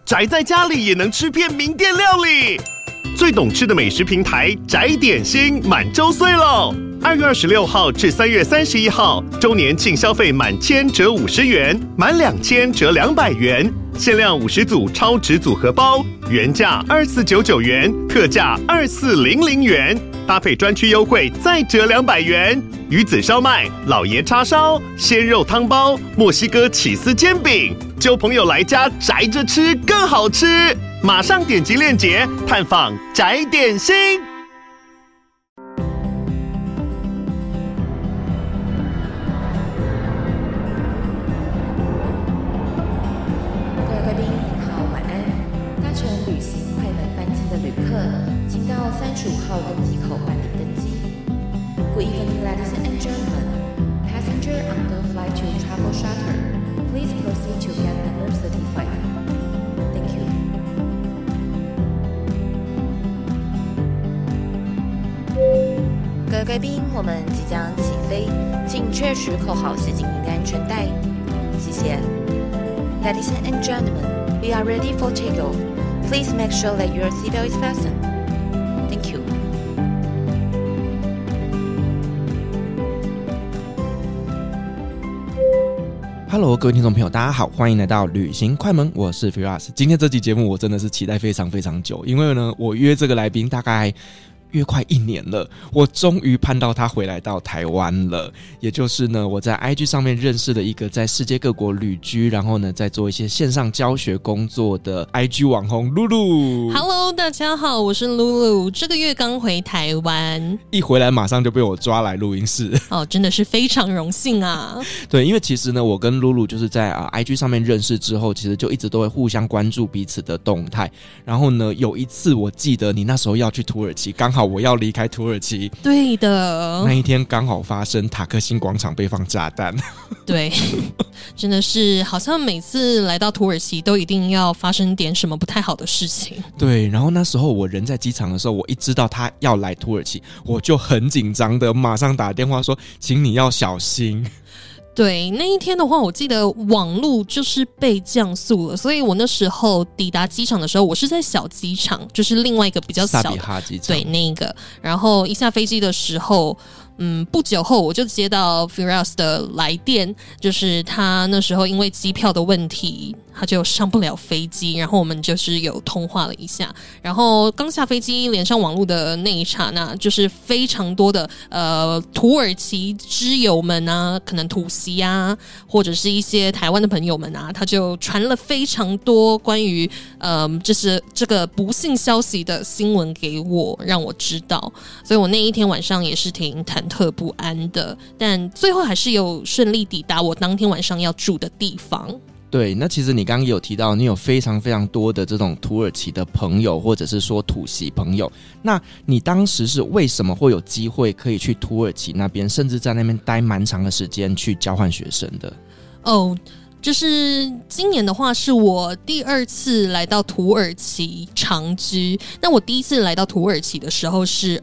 宅在家里也能吃遍名店料理。最懂吃的美食平台宅点心满周岁喽！2月26号至3月31号，周年庆消费满1000折50元，满2000折200元，限量50组超值组合包，原价2499元，特价2400元，搭配专区优惠再折200元。鱼子烧麦、老爷叉烧、鲜肉汤包、墨西哥起司煎饼，揪朋友来家宅着吃更好吃。马上点击链接探访宅点心。 各位贵宾您好，晚安。搭乘旅行快门班机的旅客，请到35号登机口办理登机。Good evening, ladies and gentlemen. Passenger on the flight to Travel Charter, please proceed to gate number 35. Thank you. 各位贵宾，我们即将起飞，请确实扣好系紧您的安全带。谢谢。Ladies and gentlemen, we are ready for takeoff. Please make sure that your seatbelt is fastened. Thank you. Hello， 各位听众朋友，大家好，欢迎来到旅行快门，我是 Firas。今天这期节目我真的是期待非常非常久，因为呢，我约这个来宾大概约快1年了，我终于盼到他回来到台湾了。也就是呢，我在 IG 上面认识了一个在世界各国旅居，然后呢，在做一些线上教学工作的 IG 网红露露。 Hello， 大家好，我是露露。这个月刚回台湾， 一回来马上就被我抓来录音室。 哦，真的是非常荣幸啊！ 对，因为其实呢，我跟露露就是在IG 上面认识之后，其实就一直都会互相关注彼此的动态。然后呢，有一次我记得你那时候要去土耳其，刚好我要离开土耳其， 对的， 那一天刚好发生塔克辛广场被放炸弹， 对，真的是好像每次来到土耳其都一定要发生点什么不太好的事情。 对，然后那时候我人在机场的时候，我一知道他要来土耳其，我就很紧张的马上打电话说，请你要小心。 对，那一天的话，我记得网路就是被降速了，所以我那时候抵达机场的时候，我是在小机场，就是另外一个比较小的萨比哈机场， 对，那个。然后一下飞机的时候，不久后我就接到 Firas 的来电，就是他那时候因为机票的问题，他就上不了飞机，然后我们就是有通话了一下，然后刚下飞机连上网路的那一刹那，就是非常多的土耳其之友们啊，可能土席啊，或者是一些台湾的朋友们啊，他就传了非常多关于就是这个不幸消息的新闻给我，让我知道，所以我那一天晚上也是挺忐忑不安的，但最后还是有顺利抵达我当天晚上要住的地方。 对，那其实你刚刚有提到，你有非常非常多的这种土耳其的朋友，或者是说土籍朋友。那你当时是为什么会有机会可以去土耳其那边，甚至在那边待蛮长的时间去交换学生的？ 哦，就是今年的话是我第2次来到土耳其长居。那我第一次来到土耳其的时候是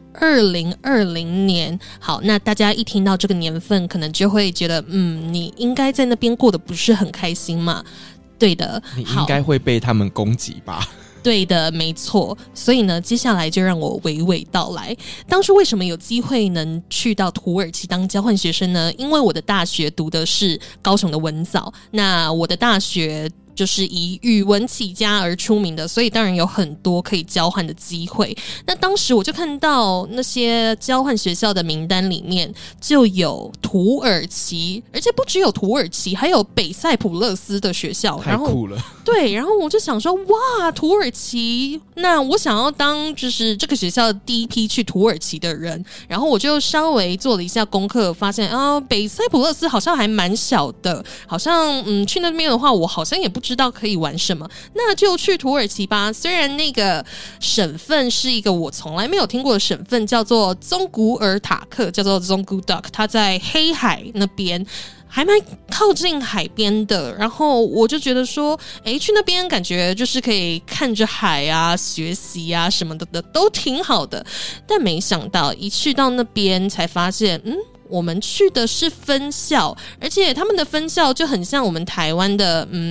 2020年。好，那大家一听到这个年份可能就会觉得你应该在那边过得不是很开心嘛。对的， 你应该会被他们攻击吧？ 对的，没错。所以呢，接下来就让我娓娓道来。当初为什么有机会能去到土耳其当交换学生呢？因为我的大学读的是高雄的文藻，那我的大学就是以语文起家而出名的，所以当然有很多可以交换的机会。那当时我就看到那些交换学校的名单里面就有土耳其，而且不只有土耳其，还有北塞浦路斯的学校。 太酷了！ 对，然后我就想说，哇，土耳其，那我想要当就是这个学校第一批去土耳其的人，然后我就稍微做了一下功课，发现北塞浦路斯好像还蛮小的，好像去那边的话，我好像也不知道可以玩什么，那就去土耳其吧。虽然那个省份是一个我从来没有听过的省份，叫做宗古尔塔克，叫做 Zonguldak， 它在黑海那边。还蛮靠近海边的，然后我就觉得说，去那边感觉就是可以看着海啊、学习啊什么的都挺好的。但没想到一去到那边才发现，我们去的是分校，而且他们的分校就很像我们台湾的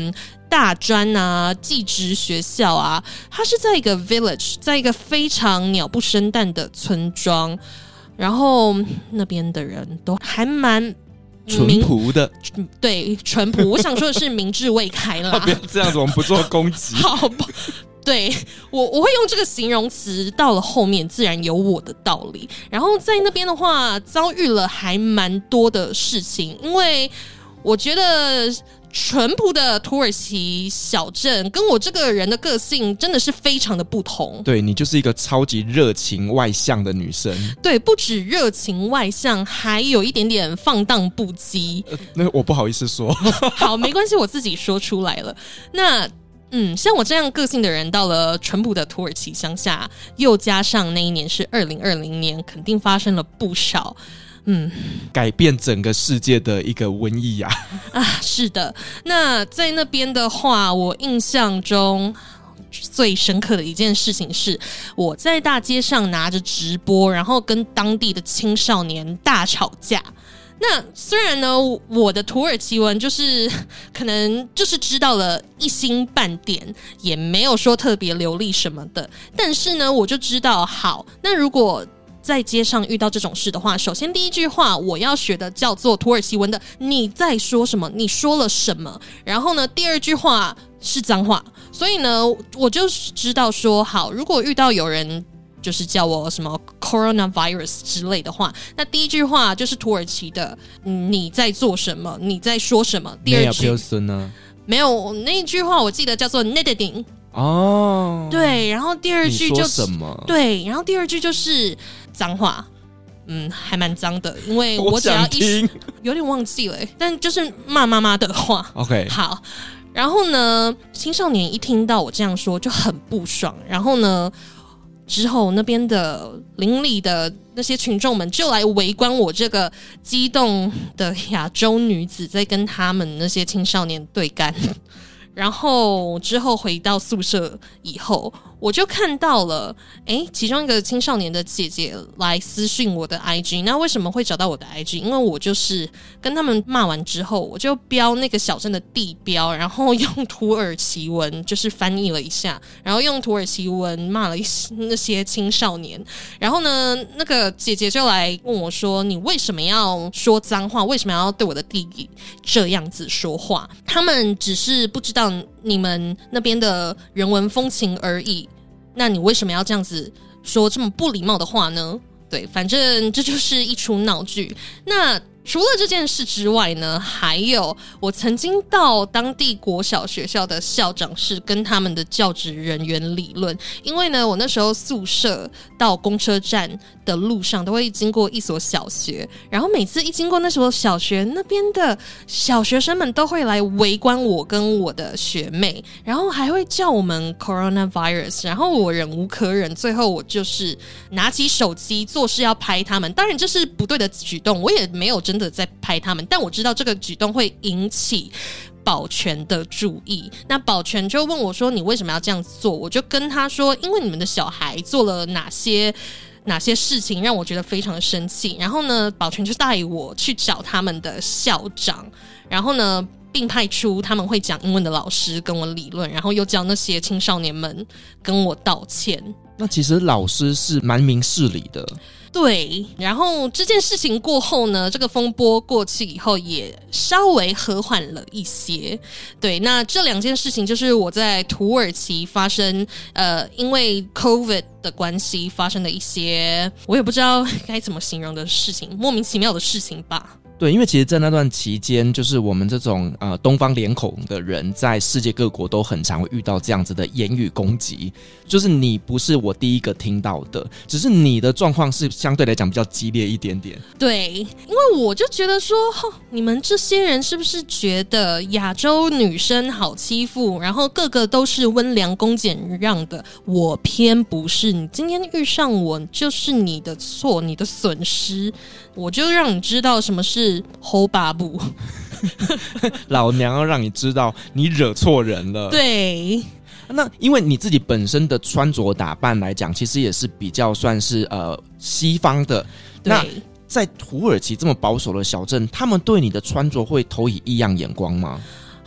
大专啊、技职学校啊，它是在一个 village， 在一个非常鸟不生蛋的村庄，然后那边的人都还蛮淳朴的， 对，淳朴。我想说的是明智未开啦。 不要这样子，我们不做攻击。 好吧，对，我会用这个形容词，到了后面自然有我的道理。然后在那边的话，遭遇了还蛮多的事情，因为我觉得淳朴的土耳其小镇跟我这个人的个性真的是非常的不同。 对，你就是一个超级热情外向的女生。 对，不止热情外向，还有一点点放荡不羁。 那我不好意思说。 好，没关系，我自己说出来了。那像我这样个性的人，到了淳朴的土耳其乡下，又加上那一年是2020年，肯定发生了不少改变整个世界的一个瘟疫啊！ 是的。那在那边的话，我印象中最深刻的一件事情是，我在大街上拿着直播，然后跟当地的青少年大吵架。那虽然呢，我的土耳其文就是可能就是知道了一星半点，也没有说特别流利什么的，但是呢，我就知道，好，那如果在街上遇到这种事的话，首先第一句话我要学的叫做土耳其文的你在说什么，你说了什么，然后呢，第二句话是脏话，所以呢，我就知道说，好，如果遇到有人就是叫我什么 coronavirus 之类的话，那第一句话就是土耳其的你在做什么，你在说什么，第二句没有，那一句话我记得叫做 nededin 哦，对，然后第二句就什么，对，然后第二句就是脏话，还蛮脏的，因为我只要有点忘记了，但就是骂妈妈的话。OK， 好，然后呢，青少年一听到我这样说就很不爽，然后呢，之后那边的邻里的那些群众们就来围观我这个激动的亚洲女子在跟他们那些青少年对干。然后之后回到宿舍以后，我就看到了其中一个青少年的姐姐来私讯我的 IG。 那为什么会找到我的 IG？ 因为我就是跟他们骂完之后，我就标那个小镇的地标，然后用土耳其文就是翻译了一下，然后用土耳其文骂了那些青少年。然后呢，那个姐姐就来问我说，你为什么要说脏话，为什么要对我的弟弟这样子说话？他们只是不知道你们那边的人文风情而已，那你为什么要这样子说这么不礼貌的话呢？对，反正这就是一出闹剧。那除了这件事之外呢，还有我曾经到当地国小学校的校长室跟他们的教职人员理论，因为呢，我那时候宿舍到公车站的路上都会经过一所小学，然后每次一经过那所小学，那边的小学生们都会来围观我跟我的学妹，然后还会叫我们 coronavirus， 然后我忍无可忍，最后我就是拿起手机做事要拍他们。当然这是不对的举动，我也没有真的在拍他们，但我知道这个举动会引起保全的注意。那保全就问我说，你为什么要这样做？我就跟他说，因为你们的小孩做了哪些事情让我觉得非常的生气。然后呢，保全就带我去找他们的校长，然后呢并派出他们会讲英文的老师跟我理论，然后又叫那些青少年们跟我道歉。 那其实老师是蛮明事理的。 对，然后这件事情过后呢，这个风波过去以后也稍微和缓了一些。对，那这两件事情就是我在土耳其发生因为 COVID 的关系发生的一些我也不知道该怎么形容的事情，莫名其妙的事情吧。 对，因为其实在那段期间，就是我们这种东方脸孔的人在世界各国都很常会遇到这样子的言语攻击，就是你不是我第一个听到的，只是你的状况是相对来讲比较激烈一点点。 对，因为我就觉得说你们这些人是不是觉得亚洲女生好欺负，然后个个都是温良恭俭让的，我偏不是，你今天遇上我就是你的错，你的损失，我就让你知道什么是吼巴布老娘要让你知道你惹错人了。 对， 那因为你自己本身的穿着打扮来讲，其实也是比较算是西方的。那在土耳其这么保守的小镇，他们对你的穿着会投以异样眼光吗？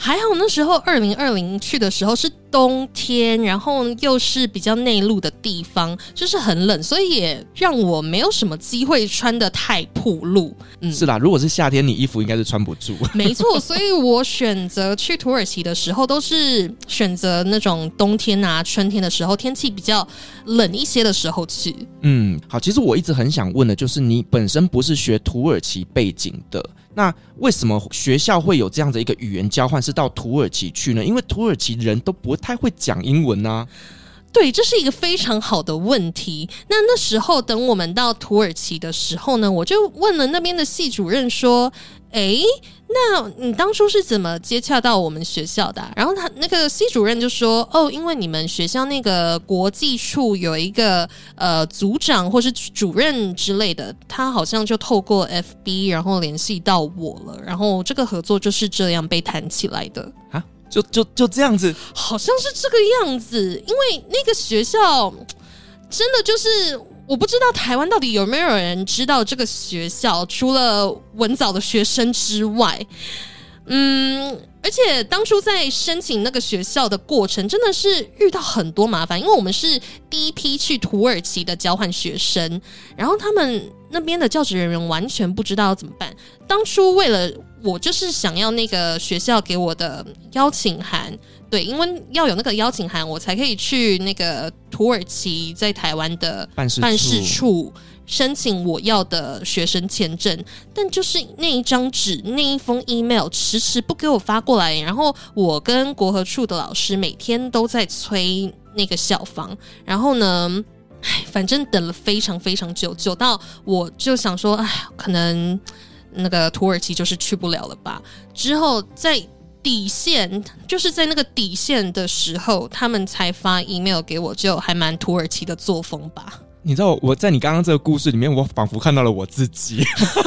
还好那时候2020去的时候是冬天，然后又是比较内陆的地方，就是很冷，所以也让我没有什么机会穿得太暴露。 是啦，如果是夏天，你衣服应该是穿不住。 没错，所以我选择去土耳其的时候，都是选择那种冬天啊、春天的时候，天气比较冷一些的时候去。 好，其实我一直很想问的就是，你本身不是学土耳其背景的，那为什么学校会有这样的一个语言交换，是到土耳其去呢？因为土耳其人都不太会讲英文啊。 对，这是一个非常好的问题。那时候等我们到土耳其的时候呢，我就问了那边的系主任说：“那你当初是怎么接洽到我们学校的啊？”然后他那个系主任就说：“因为你们学校那个国际处有一个组长或是主任之类的，他好像就透过 FB 然后联系到我了，然后这个合作就是这样被谈起来的。” 啊，就这样子， 好像是这个样子。因为那个学校真的就是，我不知道台湾到底有没有人知道这个学校，除了文藻的学生之外。而且当初在申请那个学校的过程真的是遇到很多麻烦，因为我们是第一批去土耳其的交换学生，然后他们那边的教职人员完全不知道要怎么办。当初为了我就是想要那个学校给我的邀请函，对，因为要有那个邀请函我才可以去那个土耳其在台湾的办事处申请我要的学生签证，但就是那一张纸那一封 email 迟迟不给我发过来，然后我跟国合处的老师每天都在催那个校方，然后呢反正等了非常非常久，久到我就想说可能那个土耳其就是去不了了吧。之后在底线，就是在那个底线的时候他们才发 email 给我，就还蛮土耳其的作风吧。 你知道我在你刚刚这个故事里面，我仿佛看到了我自己。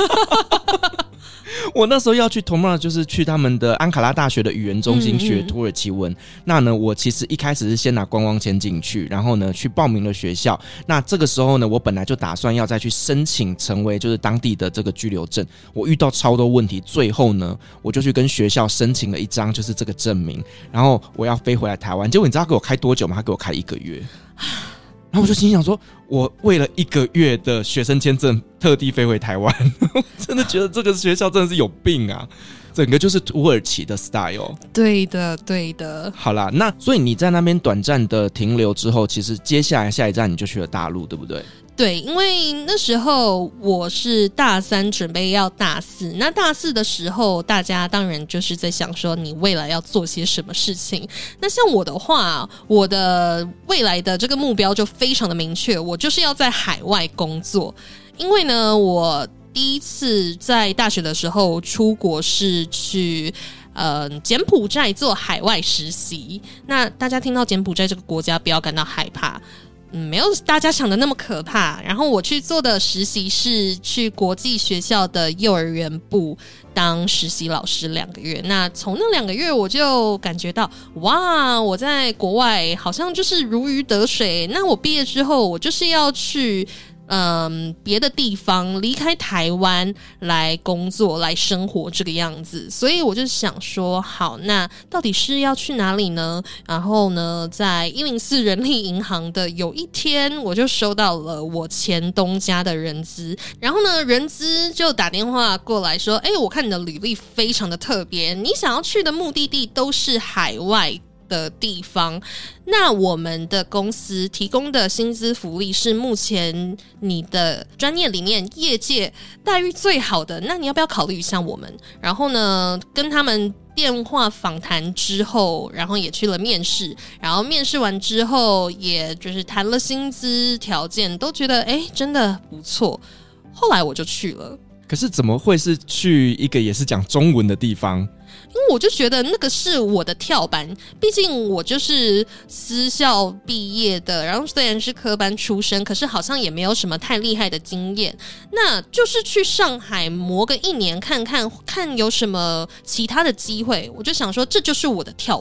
我那时候要去Tomra，就是去他们的安卡拉大学的语言中心学土耳其文。那呢，我其实一开始是先拿观光签进去，然后呢去报名了学校。那这个时候呢，我本来就打算要再去申请成为就是当地的这个居留证。我遇到超多问题，最后呢，我就去跟学校申请了一张就是这个证明，然后我要飞回来台湾。结果你知道他给我开多久吗？他给我开1个月。然后我就心想说，我为了1个月的学生签证特地飞回台湾，真的觉得这个学校真的是有病啊！整个就是土耳其的 style。 对的，对的。 好啦，那所以你在那边短暂的停留之后，其实接下来下一站你就去了大陆，对不对？ 对，因为那时候我是大3准备要大4，那大4的时候大家当然就是在想说你未来要做些什么事情。那像我的话，我的未来的这个目标就非常的明确，我就是要在海外工作。因为呢，我第一次在大学的时候出国是去柬埔寨做海外实习。那大家听到柬埔寨这个国家不要感到害怕，没有大家想的那么可怕。然后我去做的实习是去国际学校的幼儿园部当实习老师2个月。那从那2个月我就感觉到，哇，我在国外好像就是如鱼得水。那我毕业之后我就是要去别的地方，离开台湾来工作来生活这个样子。所以我就想说，好，那到底是要去哪里呢？然后呢，在104人力银行的有一天，我就收到了我前东家的人资，然后呢，人资就打电话过来说，我看你的履历非常的特别，你想要去的目的地都是海外的地方，那我们的公司提供的薪资福利是目前你的专业里面业界待遇最好的，那你要不要考虑一下我们？然后呢，跟他们电话访谈之后，然后也去了面试，然后面试完之后也就是谈了薪资条件，都觉得真的不错，后来我就去了。 可是怎么会是去一个也是讲中文的地方？ 因为我就觉得那个是我的跳板，毕竟我就是私校毕业的，然后虽然是科班出身，可是好像也没有什么太厉害的经验，那就是去上海磨个1年看看有什么其他的机会。我就想说这就是我的跳板。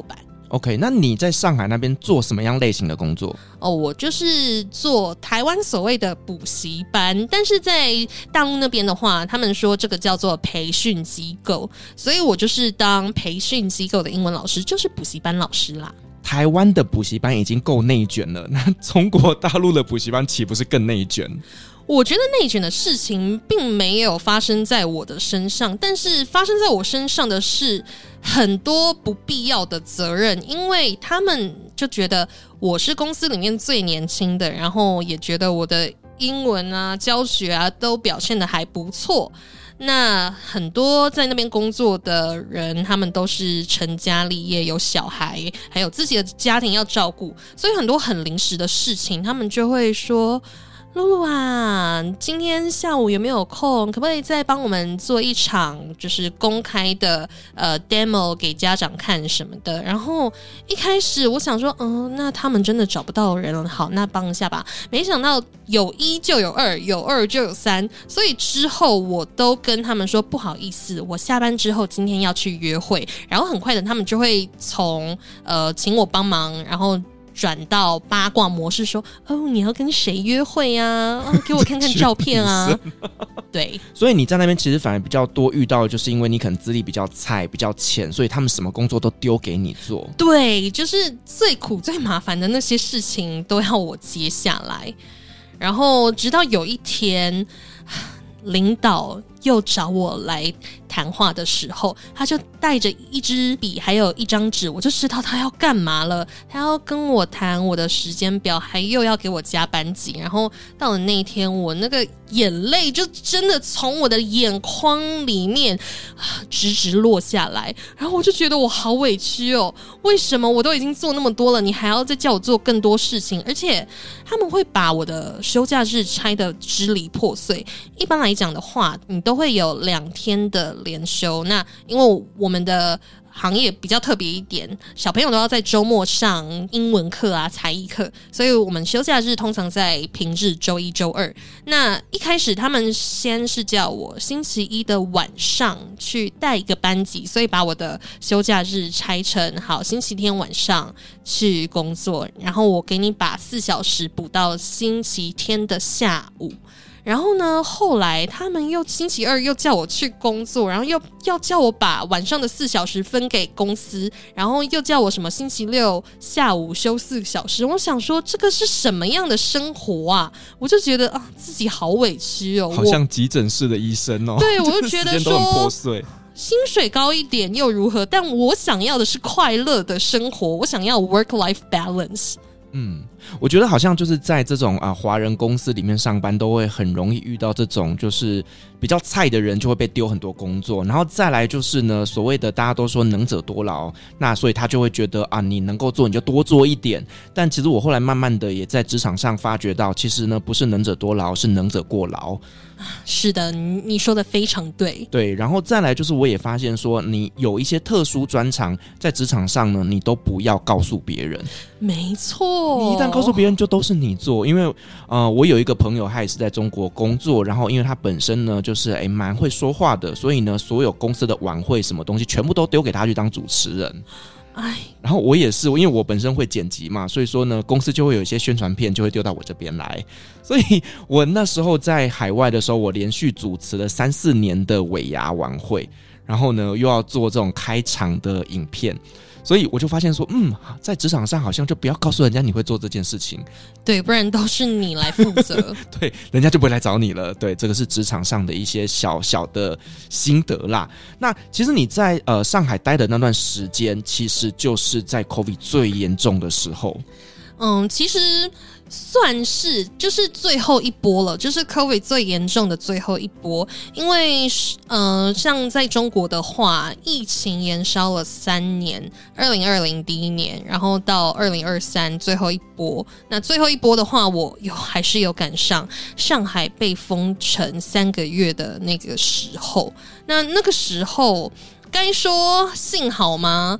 OK， 那你在上海那边做什么样类型的工作？ 我就是做台湾所谓的补习班，但是在大陆那边的话，他们说这个叫做培训机构，所以我就是当培训机构的英文老师，就是补习班老师啦。 台湾的补习班已经够内卷了，那中国大陆的补习班岂不是更内卷？ 我觉得内卷的事情并没有发生在我的身上，但是发生在我身上的是很多不必要的责任，因为他们就觉得我是公司里面最年轻的，然后也觉得我的英文啊、教学啊都表现得还不错。那很多在那边工作的人，他们都是成家立业，有小孩，还有自己的家庭要照顾，所以很多很临时的事情，他们就会说，露露啊，今天下午有没有空？可不可以再帮我们做一场就是公开的demo 给家长看什么的？然后一开始我想说，那他们真的找不到人了，好，那帮一下吧。没想到有一就有二，有二就有三，所以之后我都跟他们说不好意思，我下班之后今天要去约会，然后很快的他们就会从请我帮忙，然后转到八卦模式说，你要跟谁约会啊？给我看看照片啊。对， 所以你在那边其实反而比较多遇到，就是因为你可能资历比较菜、比较浅，所以他们什么工作都丢给你做。 对，就是最苦最麻烦的那些事情都要我接下来。然后直到有一天，领导又找我来谈话的时候，他就带着一支笔还有一张纸，我就知道他要干嘛了。他要跟我谈我的时间表，还又要给我加班级。然后到了那一天，我那个眼泪就真的从我的眼眶里面直直落下来。然后我就觉得我好委屈哦，为什么我都已经做那么多了，你还要再叫我做更多事情？而且他们会把我的休假日拆得支离破碎。一般来讲的话，你都会有2天的连休。那因为我们的行业比较特别一点，小朋友都要在周末上英文课啊、才艺课，所以我们休假日通常在平日周一、周二。那一开始他们先是叫我星期一的晚上去带一个班级，所以把我的休假日拆成好星期天晚上去工作，然后我给你把4小时补到星期天的下午。然后呢，后来他们又星期二又叫我去工作，然后又要叫我把晚上的4小时分给公司，然后又叫我什么星期六下午休4小时。我想说这个是什么样的生活啊？我就觉得自己好委屈哦， 好像急诊室的医生哦。 对，我就觉得说时间都很破碎。 薪水高一点又如何？但我想要的是快乐的生活，我想要 work-life balance。 我觉得好像就是在这种华人公司里面上班，都会很容易遇到这种就是比较菜的人就会被丢很多工作，然后再来就是呢，所谓的大家都说能者多劳，那所以他就会觉得你能够做你就多做一点。但其实我后来慢慢的也在职场上发觉到，其实呢不是能者多劳，是能者过劳。 是的，你说的非常对。 对，然后再来就是我也发现说，你有一些特殊专长在职场上呢，你都不要告诉别人。 没错， 你一旦告诉别人就都是你做。因为我有一个朋友，他也是在中国工作，然后因为他本身呢就是蛮会说话的，所以呢所有公司的晚会什么东西全部都丢给他去当主持人。然后我也是，因为我本身会剪辑嘛，所以说呢公司就会有一些宣传片就会丢到我这边来，所以我那时候在海外的时候，我连续主持了3-4年的尾牙晚会，然后呢又要做这种开场的影片，所以我就发现说在职场上好像就不要告诉人家你会做这件事情， 对，不然都是你来负责对，人家就不会来找你了。对，这个是职场上的一些小小的心得啦。那其实你在上海待的那段时间，其实就是在 COVID 最严重的时候。 其实算是就是最后一波了，就是 COVID 最严重的最后一波。因为像在中国的话，疫情延烧了3年，2020第一年，然后到2023最后一波。那最后一波的话，我还是有赶上上海被封城3个月的那个时候。那个时候该说幸好吗？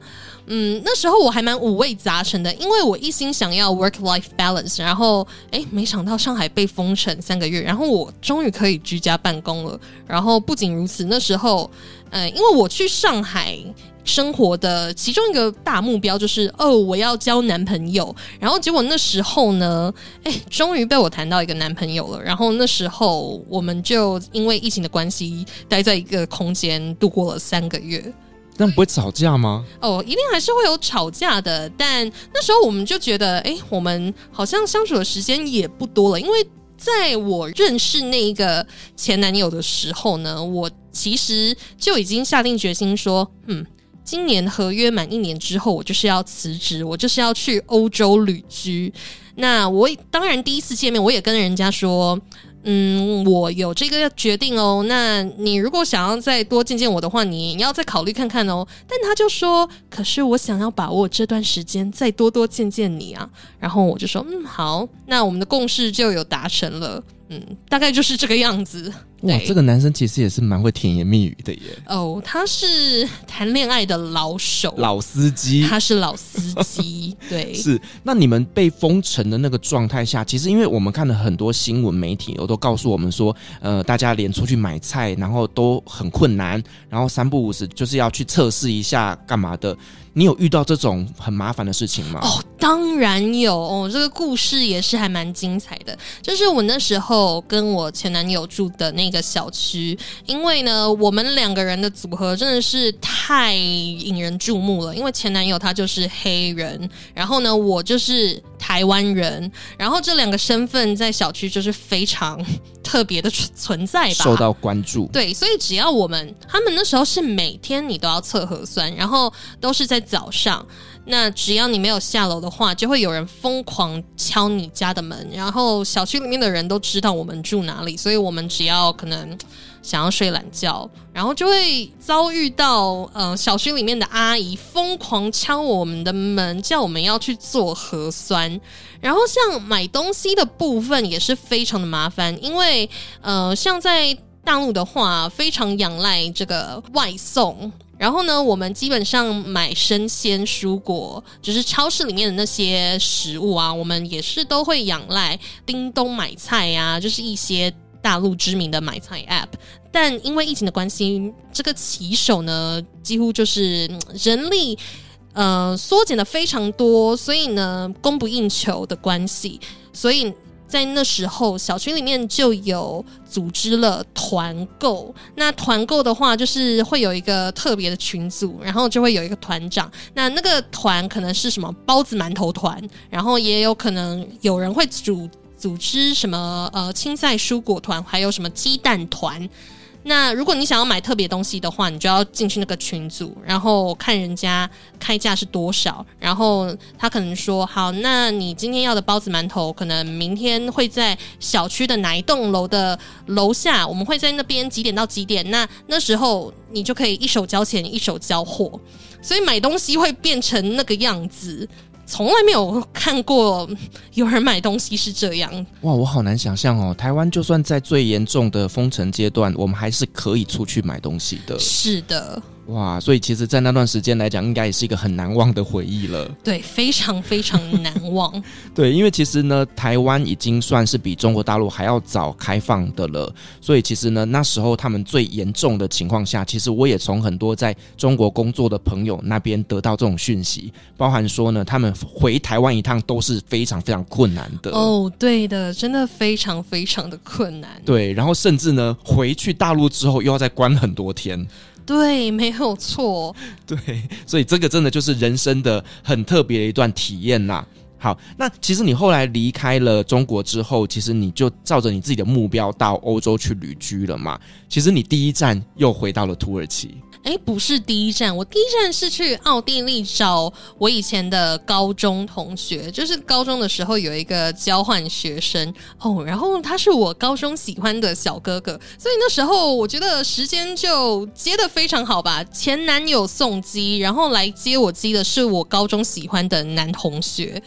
那时候我还蛮五味杂陈的，因为我一心想要 work-life balance， 然后没想到上海被封城3个月，然后我终于可以居家办公了。然后不仅如此，那时候因为我去上海生活的其中一个大目标就是我要交男朋友，然后结果那时候呢终于被我谈到一个男朋友了，然后那时候我们就因为疫情的关系待在一个空间度过了3个月。 那不会吵架吗？ 一定还是会有吵架的，但那时候我们就觉得我们好像相处的时间也不多了，因为在我认识那一个前男友的时候呢，我其实就已经下定决心说今年合约满1年之后，我就是要辞职，我就是要去欧洲旅居。那我当然第一次见面，我也跟人家说，我有这个决定哦。那你如果想要再多见见我的话，你要再考虑看看哦。但他就说，可是我想要把握这段时间，再多多见见你啊。然后我就说，好，那我们的共识就有达成了。大概就是这个样子。 哇，这个男生其实也是蛮会甜言蜜语的耶。 他是谈恋爱的老手， 老司机， 他是老司机。对， 是。那你们被封城的那个状态下，其实因为我们看了很多新闻媒体，都告诉我们说，大家连出去买菜，然后都很困难，然后3不5时就是要去测试一下干嘛的。你有遇到这种很麻烦的事情吗？ 当然有这个故事也是还蛮精彩的。就是我那时候跟我前男友住的那个小区，因为呢我们2个人的组合真的是太引人注目了，因为前男友他就是黑人，然后呢我就是台湾人，然后这2个身份在小区就是非常特别的存在吧， 受到关注。 对，所以只要他们那时候是每天你都要测核酸，然后都是在早上，那只要你没有下楼的话，就会有人疯狂敲你家的门，然后小区里面的人都知道我们住哪里，所以我们只要可能想要睡懒觉，然后就会遭遇到小区里面的阿姨疯狂敲我们的门，叫我们要去做核酸。然后像买东西的部分也是非常的麻烦，因为像在大陆的话非常仰赖这个外送，然后呢我们基本上买生鲜蔬果，就是超市里面的那些食物啊，我们也是都会仰赖叮咚买菜啊，就是一些大陆知名的买菜 App。 但因为疫情的关系，这个骑手呢几乎就是人力缩减的非常多，所以呢供不应求的关系，所以在那时候小区里面就有组织了团购。那团购的话就是会有一个特别的群组，然后就会有一个团长，那个团可能是什么包子馒头团，然后也有可能有人会组织什么青菜蔬果团，还有什么鸡蛋团。那如果你想要买特别东西的话，你就要进去那个群组，然后看人家开价是多少，然后他可能说好，那你今天要的包子馒头可能明天会在小区的哪一栋楼的楼下，我们会在那边几点到几点，那时候你就可以一手交钱一手交货，所以买东西会变成那个样子。从来没有看过有人买东西是这样。 哇，我好难想象哦，台湾就算在最严重的封城阶段，我们还是可以出去买东西的。 是的。 哇，所以其实在那段时间来讲，应该也是一个很难忘的回忆了。 对，非常非常难忘。 对，因为其实呢，台湾已经算是比中国大陆还要早开放的了，所以其实呢，那时候他们最严重的情况下，其实我也从很多在中国工作的朋友那边得到这种讯息，包含说呢，他们回台湾一趟都是非常非常困难的。 对的，真的非常非常的困难。 对，然后甚至呢，回去大陆之后又要再关很多天。 对，没有错。 对，所以这个真的就是人生的很特别的一段体验啦。好，那其实你后来离开了中国之后，其实你就照着你自己的目标到欧洲去旅居了嘛。其实你第一站又回到了土耳其。 不是第一站，我第一站是去奥地利找我以前的高中同学，就是高中的时候有一个交换学生然后他是我高中喜欢的小哥哥，所以那时候我觉得时间就接得非常好吧。前男友送机，然后来接我机的是我高中喜欢的男同学。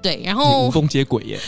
对，然后无缝接轨耶。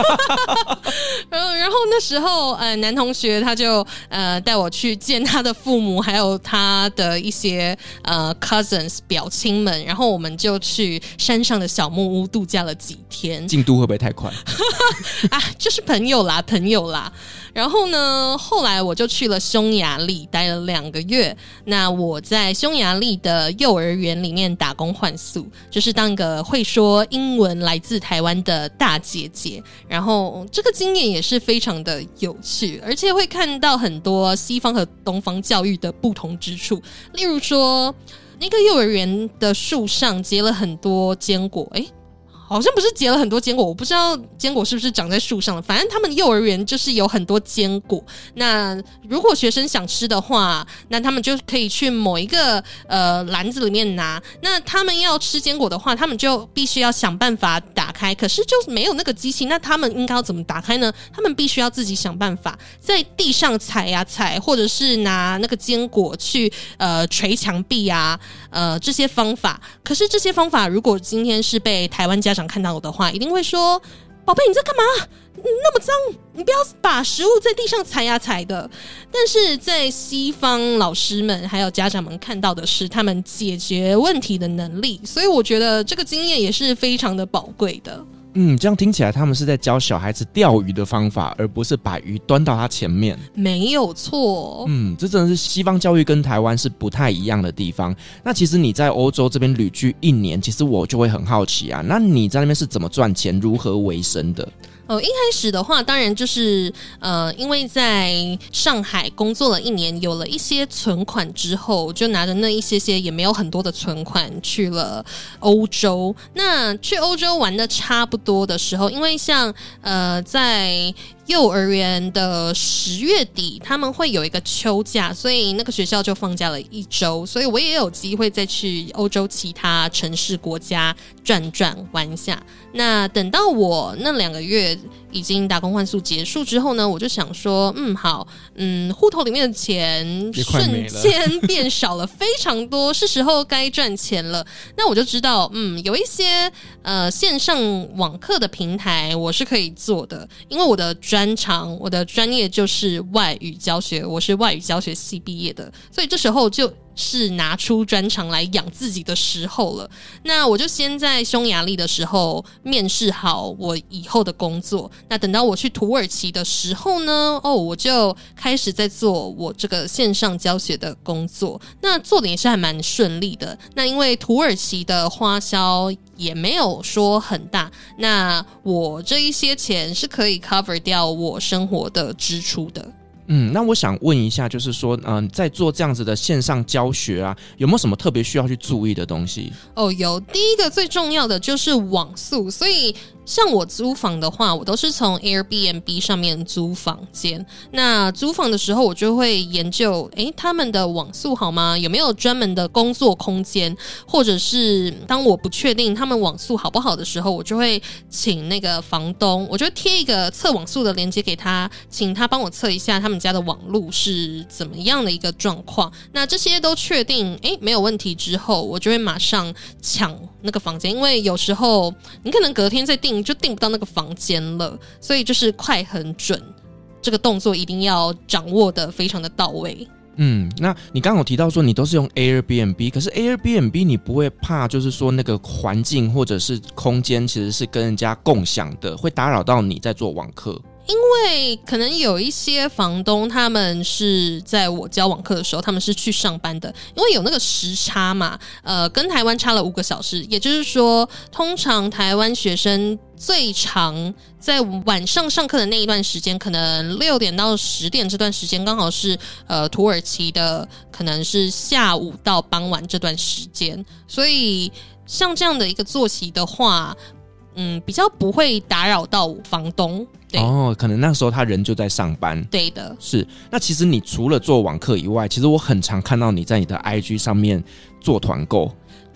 然后那时候男同学他就带我去见他的父母，还有他的一些cousins 表亲们，然后我们就去山上的小木屋度假了几天。 进度会不会太快？ 啊，就是朋友啦。然后呢，后来我就去了匈牙利待了2个月。那我在匈牙利的幼儿园里面打工换宿，就是当一个会说英文来自台湾的大姐姐。然后这个经验也是非常的有趣，而且会看到很多西方和东方教育的不同之处。例如说，那个幼儿园的树上结了很多坚果，好像不是结了很多坚果，我不知道坚果是不是长在树上了。反正他们幼儿园就是有很多坚果。那如果学生想吃的话，那他们就可以去某一个篮子里面拿。那他们要吃坚果的话，他们就必须要想办法打开。可是就是没有那个机器，那他们应该要怎么打开呢？他们必须要自己想办法，在地上踩呀踩，或者是拿那个坚果去捶墙壁啊，这些方法。可是这些方法如果今天是被台湾家长看到我的话，一定会说：“宝贝，你在干嘛？那么脏，你不要把食物在地上踩呀踩的。”但是在西方老师们还有家长们看到的是他们解决问题的能力，所以我觉得这个经验也是非常的宝贵的。 这样听起来他们是在教小孩子钓鱼的方法，而不是把鱼端到他前面。 没有错。 这真的是西方教育跟台湾是不太一样的地方。那其实你在欧洲这边旅居1年，其实我就会很好奇啊，那你在那边是怎么赚钱，如何为生的？ 一开始的话，当然就是因为在上海工作了1年，有了一些存款之后，就拿着那一些也没有很多的存款去了欧洲。那去欧洲玩的差不多的时候，因为像在幼儿园的10月底他们会有一个秋假，所以那个学校就放假了1周，所以我也有机会再去欧洲其他城市国家转转玩一下。那等到我那2个月已经打工换宿结束之后呢，我就想说好，户头里面的钱瞬间变少了非常多，是时候该赚钱了。那我就知道有一些线上网课的平台我是可以做的，因为我的专长，我的专业就是外语教学，我是外语教学系毕业的，所以这时候就是拿出专长来养自己的时候了。那我就先在匈牙利的时候面试好我以后的工作，那等到我去土耳其的时候呢，我就开始在做我这个线上教学的工作，那做的也是还蛮顺利的。那因为土耳其的花销也没有说很大，那我这一些钱是可以 cover 掉我生活的支出的。 那我想问一下，就是说，在做这样子的线上教学啊，有没有什么特别需要去注意的东西？ 有，第一个最重要的就是网速，所以像我租房的话，我都是从 Airbnb 上面租房间。那租房的时候，我就会研究，他们的网速好吗？有没有专门的工作空间？或者是当我不确定他们网速好不好的时候，我就会请那个房东，我就贴一个测网速的链接给他，请他帮我测一下他们家的网路是怎么样的一个状况。那这些都确定没有问题之后，我就会马上抢那个房间，因为有时候你可能隔天再订就订不到那个房间了，所以就是快很准，这个动作一定要掌握的非常的到位。 那你刚刚有提到说你都是用 Airbnb， 可是 Airbnb 你不会怕就是说那个环境或者是空间其实是跟人家共享的，会打扰到你在做网课？ 因为可能有一些房东他们是在我教网课的时候他们是去上班的，因为有那个时差嘛，跟台湾差了5个小时，也就是说通常台湾学生最长在晚上上课的那一段时间，可能6点到10点这段时间刚好是土耳其的可能是下午到傍晚这段时间，所以像这样的一个作息的话比较不会打扰到房东。对可能那时候他人就在上班。 对的， 是。那其实你除了做网课以外，其实我很常看到你在你的 IG 上面做团购。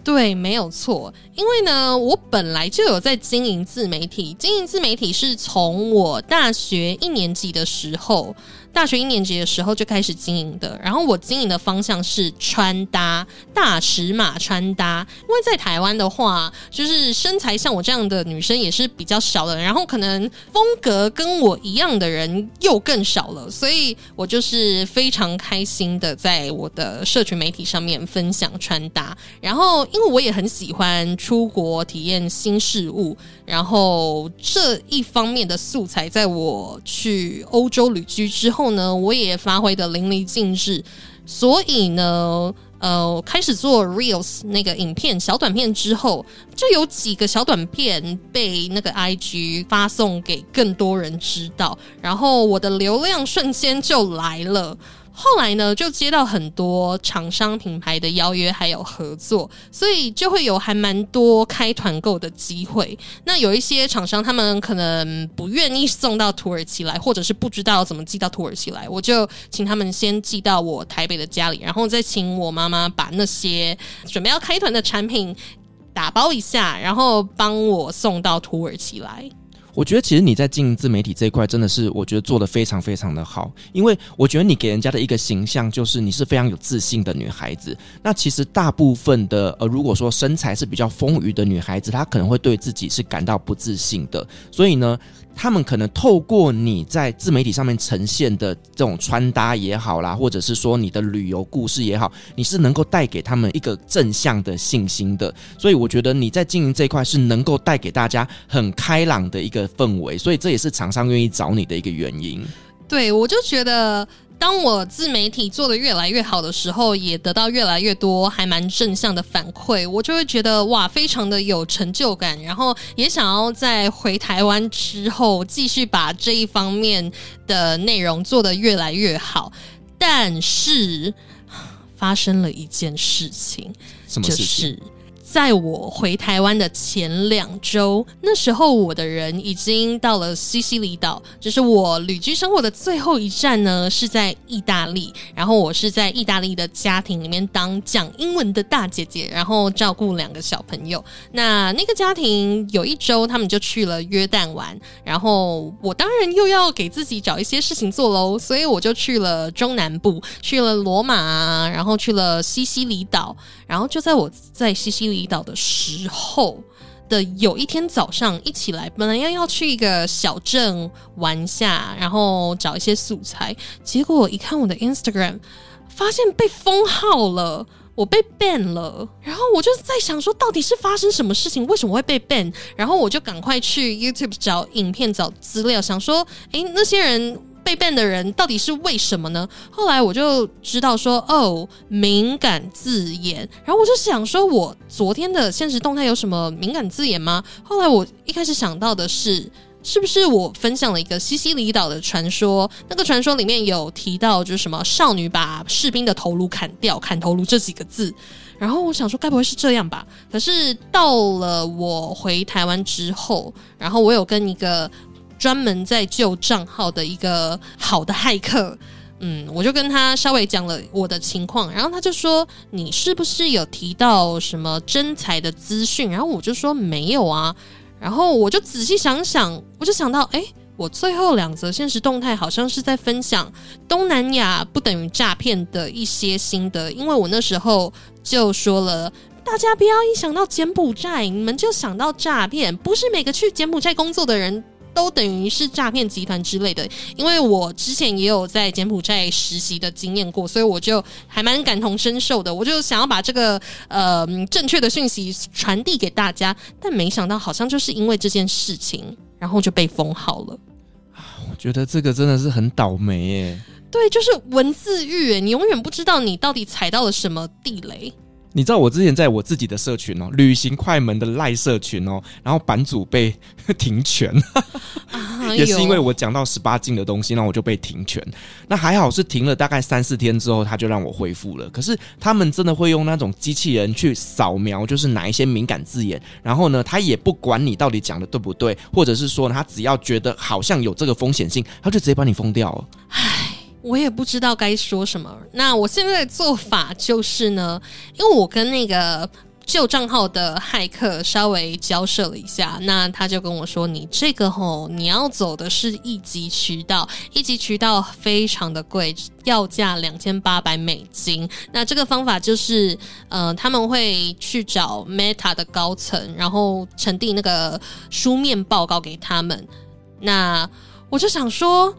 对，没有错。因为呢，我本来就有在经营自媒体，经营自媒体是从我大学一年级的时候就开始经营的。然后我经营的方向是穿搭，大尺码穿搭。因为在台湾的话，就是身材像我这样的女生也是比较少的，然后可能风格跟我一样的人又更少了，所以我就是非常开心的在我的社群媒体上面分享穿搭。然后因为我也很喜欢出国体验新事物，然后这一方面的素材在我去欧洲旅居之后呢，我也发挥的淋漓尽致。所以呢开始做 Reels 那个影片小短片之后，就有几个小短片被那个 IG 发送给更多人知道，然后我的流量瞬间就来了。后来呢，就接到很多厂商品牌的邀约还有合作，所以就会有还蛮多开团购的机会。那有一些厂商他们可能不愿意送到土耳其来，或者是不知道怎么寄到土耳其来，我就请他们先寄到我台北的家里，然后再请我妈妈把那些准备要开团的产品打包一下，然后帮我送到土耳其来。 我觉得其实你在经营自媒体这一块真的是我觉得做得非常非常的好，因为我觉得你给人家的一个形象就是你是非常有自信的女孩子。那其实大部分的如果说身材是比较丰腴的女孩子，她可能会对自己是感到不自信的，所以呢他们可能透过你在自媒体上面呈现的这种穿搭也好啦，或者是说你的旅游故事也好，你是能够带给他们一个正向的信心的。所以我觉得你在经营这一块是能够带给大家很开朗的一个氛围，所以这也是厂商愿意找你的一个原因。 对，我就觉得当我自媒体做得越来越好的时候，也得到越来越多还蛮正向的反馈，我就会觉得哇，非常的有成就感，然后也想要在回台湾之后继续把这一方面的内容做得越来越好。但是发生了一件事情， 什么事情？ 就是在我回台湾的前2周，那时候我的人已经到了西西里岛，就是我旅居生活的最后一站呢，是在意大利。然后我是在意大利的家庭里面当讲英文的大姐姐，然后照顾2个小朋友。那个家庭有1周他们就去了约旦玩，然后我当然又要给自己找一些事情做咯，所以我就去了中南部，去了罗马啊，然后去了西西里岛。然后就在我在西西里岛的时候的有一天早上一起来，本来要去一个小镇玩下，然后找一些素材，结果我一看我的 Instagram 发现被封号了，我被 ban 了。然后我就在想说到底是发生什么事情，为什么会被 ban。 然后我就赶快去 YouTube 找影片找资料，想说那些人被 ban 的人到底是为什么呢？后来我就知道说敏感字眼。然后我就想说我昨天的现实动态有什么敏感字眼吗？后来我一开始想到的是不是我分享了一个西西里岛的传说，那个传说里面有提到就是什么少女把士兵的头颅砍掉，砍头颅这几个字。然后我想说该不会是这样吧。可是到了我回台湾之后，然后我有跟一个专门在救账号的一个好的骇客，我就跟他稍微讲了我的情况，然后他就说你是不是有提到什么真才的资讯？然后我就说没有啊。然后我就仔细想想，我就想到我最后2则现实动态好像是在分享东南亚不等于诈骗的一些心得，因为我那时候就说了大家不要一想到柬埔寨你们就想到诈骗，不是每个去柬埔寨工作的人都等于是诈骗集团之类的。因为我之前也有在柬埔寨实习的经验过，所以我就还蛮感同身受的，我就想要把这个正确的讯息传递给大家。但没想到好像就是因为这件事情，然后就被封号了。 我觉得这个真的是很倒霉耶。 对，就是文字狱耶，你永远不知道你到底踩到了什么地雷。 你知道我之前在我自己的社群旅行快门的赖社群然后版主被停权也是因为我讲到18禁的东西，那我就被停权。那还好是停了大概3-4天之后他就让我恢复了。可是他们真的会用那种机器人去扫描就是哪一些敏感字眼，然后呢他也不管你到底讲的对不对，或者是说他只要觉得好像有这个风险性，他就直接把你封掉了。 我也不知道该说什么。那我现在的做法就是呢，因为我跟那个旧账号的骇客稍微交涉了一下，那他就跟我说，你这个你要走的是一级渠道，一级渠道非常的贵，要价$2800。那这个方法就是他们会去找 Meta 的高层，然后呈递那个书面报告给他们。那我就想说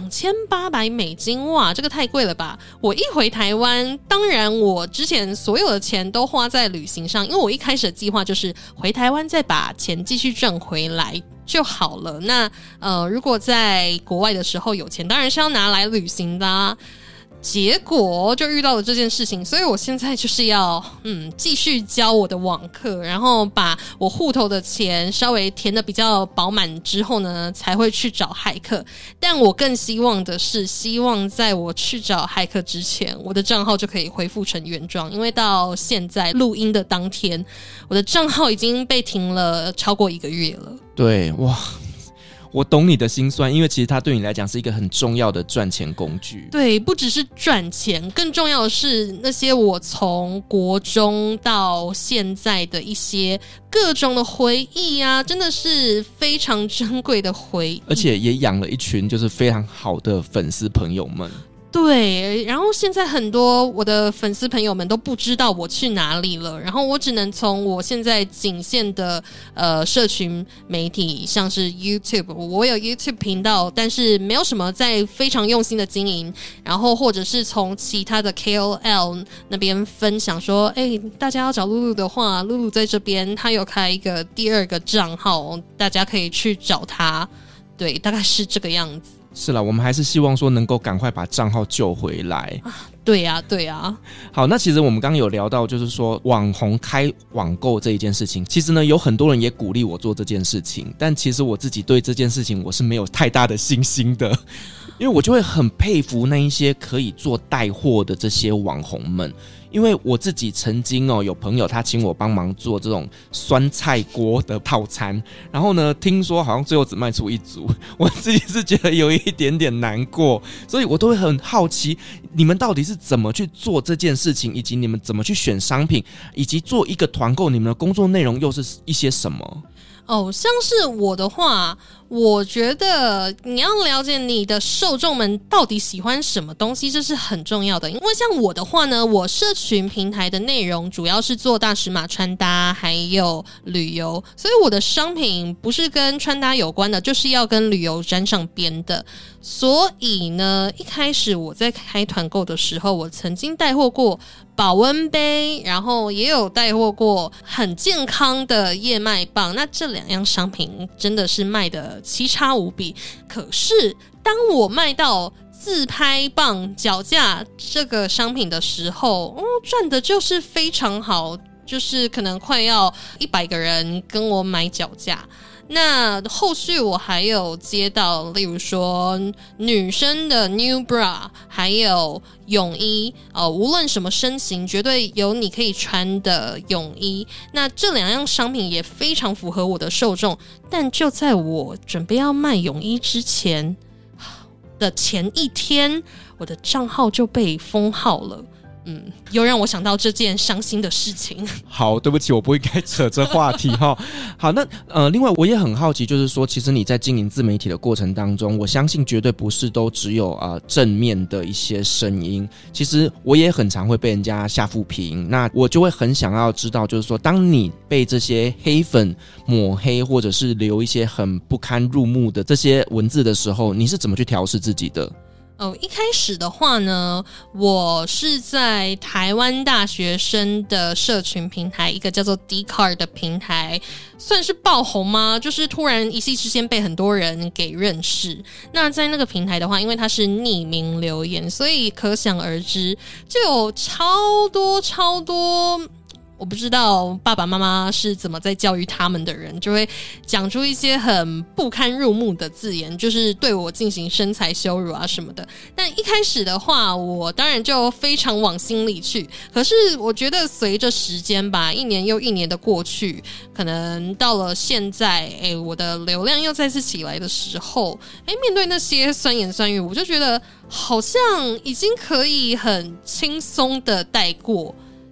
$2800，哇，这个太贵了吧！我一回台湾，当然我之前所有的钱都花在旅行上，因为我一开始的计划就是回台湾再把钱继续赚回来就好了。那如果在国外的时候有钱，当然是要拿来旅行的啊。结果就遇到了这件事情，所以我现在就是要继续教我的网课，然后把我户头的钱稍微填得比较饱满之后呢，才会去找骇客。但我更希望的是，希望在我去找骇客之前，我的账号就可以恢复成原状，因为到现在录音的当天，我的账号已经被停了超过1个月了。 对，哇，我懂你的心酸，因为其实它对你来讲是一个很重要的赚钱工具。 对，不只是赚钱，更重要的是那些我从国中到现在的一些各种的回忆啊，真的是非常珍贵的回忆， 而且也养了一群就是非常好的粉丝朋友们。 对，然后现在很多我的粉丝朋友们都不知道我去哪里了，然后我只能从我现在仅限的社群媒体，像是 YouTube， 我有 YouTube 频道，但是没有什么在非常用心的经营，然后或者是从其他的 KOL 那边分享说，大家要找露露的话，露露在这边，她有开一个第2个账号，大家可以去找她。对，大概是这个样子。 是啦，我们还是希望说能够赶快把账号救回来。 对啊，对啊。 好，那其实我们刚刚有聊到，就是说网红开网购这一件事情，其实呢有很多人也鼓励我做这件事情，但其实我自己对这件事情我是没有太大的信心的，因为我就会很佩服那一些可以做带货的这些网红们。因为我自己曾经有朋友他请我帮忙做这种酸菜锅的套餐，然后呢听说好像最后只卖出1组，我自己是觉得有一点点难过，所以我都会很好奇你们到底是怎么去做这件事情，以及你们怎么去选商品，以及做一个团购，你们的工作内容又是一些什么？ 像是我的话，我觉得你要了解你的受众们到底喜欢什么东西，这是很重要的。因为像我的话呢，我社群平台的内容主要是做大尺码穿搭还有旅游，所以我的商品不是跟穿搭有关的，就是要跟旅游沾上边的。所以呢，一开始我在开团购的时候，我曾经带货过保温杯，然后也有带货过很健康的燕麦棒，那这2样商品真的是卖的奇差无比。可是当我卖到自拍棒脚架这个商品的时候，赚的就是非常好，就是可能快要100个人跟我买脚架。那后续我还有接到例如说女生的 new bra 还有泳衣，无论什么身形绝对有你可以穿的泳衣，那这2样商品也非常符合我的受众。但就在我准备要卖泳衣之前的前1天，我的账号就被封号了。又让我想到这件伤心的事情。 好，对不起，我不应该扯这话题哈。好，那另外我也很好奇，就是说，其实你在经营自媒体的过程当中，我相信绝对不是都只有正面的一些声音。其实我也很常会被人家下负评，那我就会很想要知道，就是说，当你被这些黑粉抹黑，或者是留一些很不堪入目的这些文字的时候，你是怎么去调试自己的？ 一开始的话呢，我是在台湾大学生的社群平台，一个叫做 Dcard 的平台，算是爆红吗？就是突然一夕之间被很多人给认识。那在那个平台的话，因为它是匿名留言，所以可想而知，就有超多我不知道爸爸妈妈是怎么在教育他们的人，就会讲出一些很不堪入目的字眼，就是对我进行身材羞辱啊什么的。但一开始的话，我当然就非常往心里去。可是我觉得随着时间吧，1年又1年的过去，可能到了现在，我的流量又再次起来的时候，面对那些酸言酸语，我就觉得好像已经可以很轻松的带过。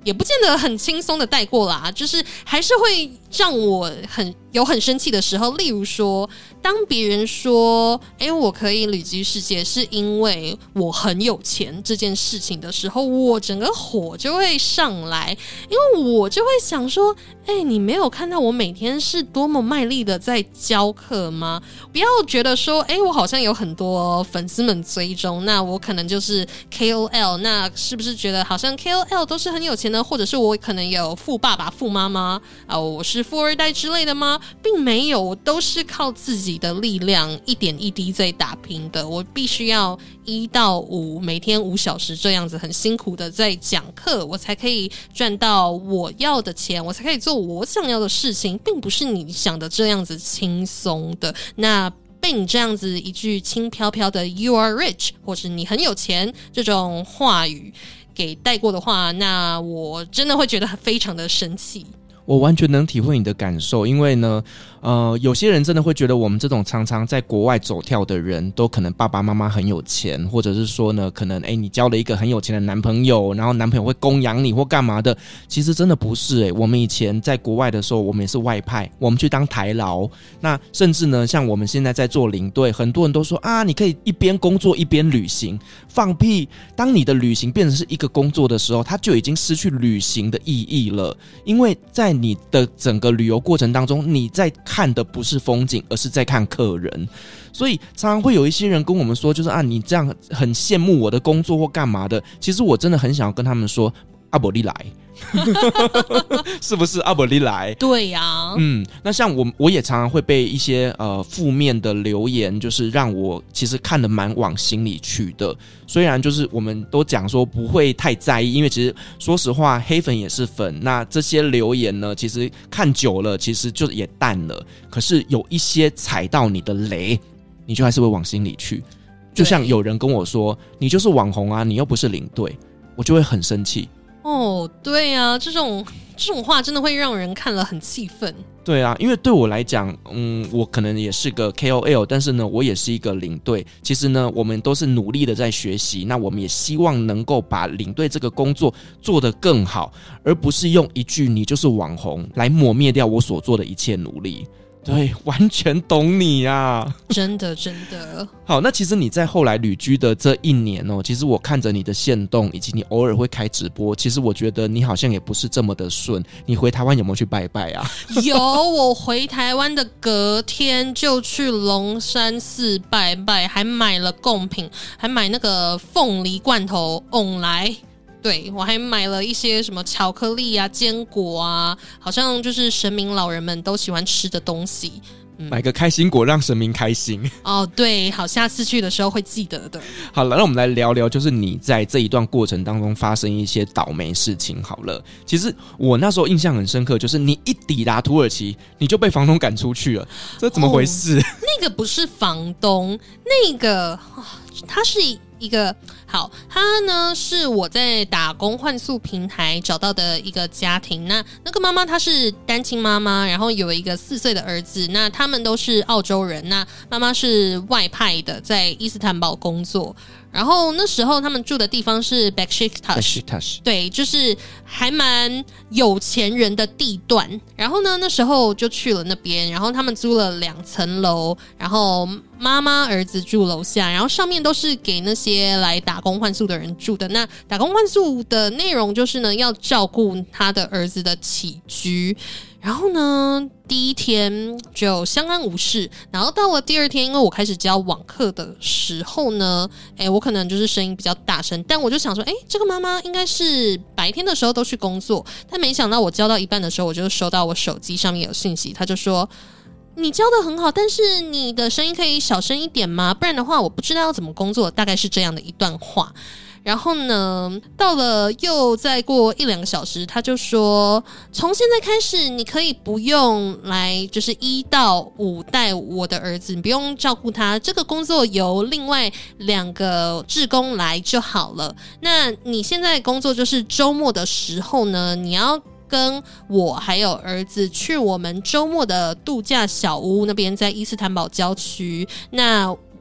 也不见得很轻松的带过啦，就是还是会让我很生气的时候。例如说，当别人说我可以旅居世界是因为我很有钱这件事情的时候，我整个火就会上来，因为我就会想说你没有看到我每天是多么卖力的在教课吗？不要觉得说我好像有很多粉丝们追踪，那我可能就是 KOL， 那是不是觉得好像 KOL 都是很有钱的，或者是我可能有富爸爸富妈妈我是富二代之类的吗？并没有，我都是靠自己的力量一点一滴在打拼的。我必须要1到5每天5小时这样子很辛苦的在讲课，我才可以赚到我要的钱，我才可以做我想要的事情，并不是你想的这样子轻松的。那被你这样子一句轻飘飘的 You are rich 或是你很有钱这种话语给带过的话，那我真的会觉得非常的生气。 我完全能体会你的感受，因为呢有些人真的会觉得我们这种常常在国外走跳的人都可能爸爸妈妈很有钱，或者是说呢可能你交了一个很有钱的男朋友，然后男朋友会供养你或干嘛的。其实真的不是我们以前在国外的时候，我们也是外派，我们去当台劳，那甚至呢像我们现在在做领队，很多人都说你可以一边工作一边旅行。放屁，当你的旅行变成是一个工作的时候，它就已经失去旅行的意义了。因为在你的整个旅游过程当中，你在看的不是风景，而是在看客人。所以常常会有一些人跟我们说，就是你这样很羡慕我的工作或干嘛的。其实我真的很想要跟他们说，阿伯利来是不是阿伯利来？ 对呀， 那像我也常常会被一些负面的留言，就是让我其实看得蛮往心里去的。虽然就是我们都讲说不会太在意，因为其实说实话，黑粉也是粉，那这些留言呢，其实看久了，其实就也淡了。可是有一些踩到你的雷，你就还是会往心里去。就像有人跟我说，你就是网红啊，你又不是领队，我就会很生气。 对啊，这种话真的会让人看了很气愤。 对啊，因为对我来讲，我可能也是个 KOL， 但是呢，我也是一个领队。其实呢，我们都是努力的在学习，那我们也希望能够把领队这个工作做得更好，而不是用一句你就是网红来抹灭掉我所做的一切努力。对，完全懂你啊， 真的。 好，那其实你在后来旅居的这1年其实我看着你的限动，以及你偶尔会开直播，其实我觉得你好像也不是这么的顺。你回台湾有没有去拜拜啊？ 有，我回台湾的隔天就去龙山寺拜拜，还买了贡品，还买那个凤梨罐头来。对，我还买了一些什么巧克力啊、坚果啊，好像就是神明老人们都喜欢吃的东西。 买个开心果让神明开心。 对，好，下次去的时候会记得的。 好了，那我们来聊聊，就是你在这一段过程当中发生一些倒霉事情好了。其实我那时候印象很深刻，就是你一抵达土耳其，你就被房东赶出去了，这怎么回事？ 那个不是房东，那个他是一个好，他呢是我在打工换宿平台找到的一个家庭。那个妈妈她是单亲妈妈，然后有一个4岁的儿子。那他们都是澳洲人，那妈妈是外派的，在伊斯坦堡工作。然后那时候他们住的地方是 Beşiktaş， 对，就是还蛮有钱人的地段。然后呢，那时候就去了那边，然后他们租了2层楼，然后妈妈儿子住楼下，然后上面都是给那些来打工换宿的人住的。那打工换宿的内容就是呢，要照顾他的儿子的起居。然后呢，第1天就相安无事，然后到了第2天，因为我开始教网课的时候呢，我可能就是声音比较大声，但我就想说，这个妈妈应该是白天的时候都去工作，但没想到我教到一半的时候，我就收到我手机上面有信息，他就说，你教的很好，但是你的声音可以小声一点吗？不然的话我不知道要怎么工作，大概是这样的一段话。然后呢，到了又再过1-2个小时，他就说，从现在开始你可以不用来就是1到5带我的儿子，你不用照顾他，这个工作由另外2个志工来就好了。那你现在工作就是周末的时候呢，你要跟我还有儿子去我们周末的度假小屋那边，在伊斯坦堡郊区。那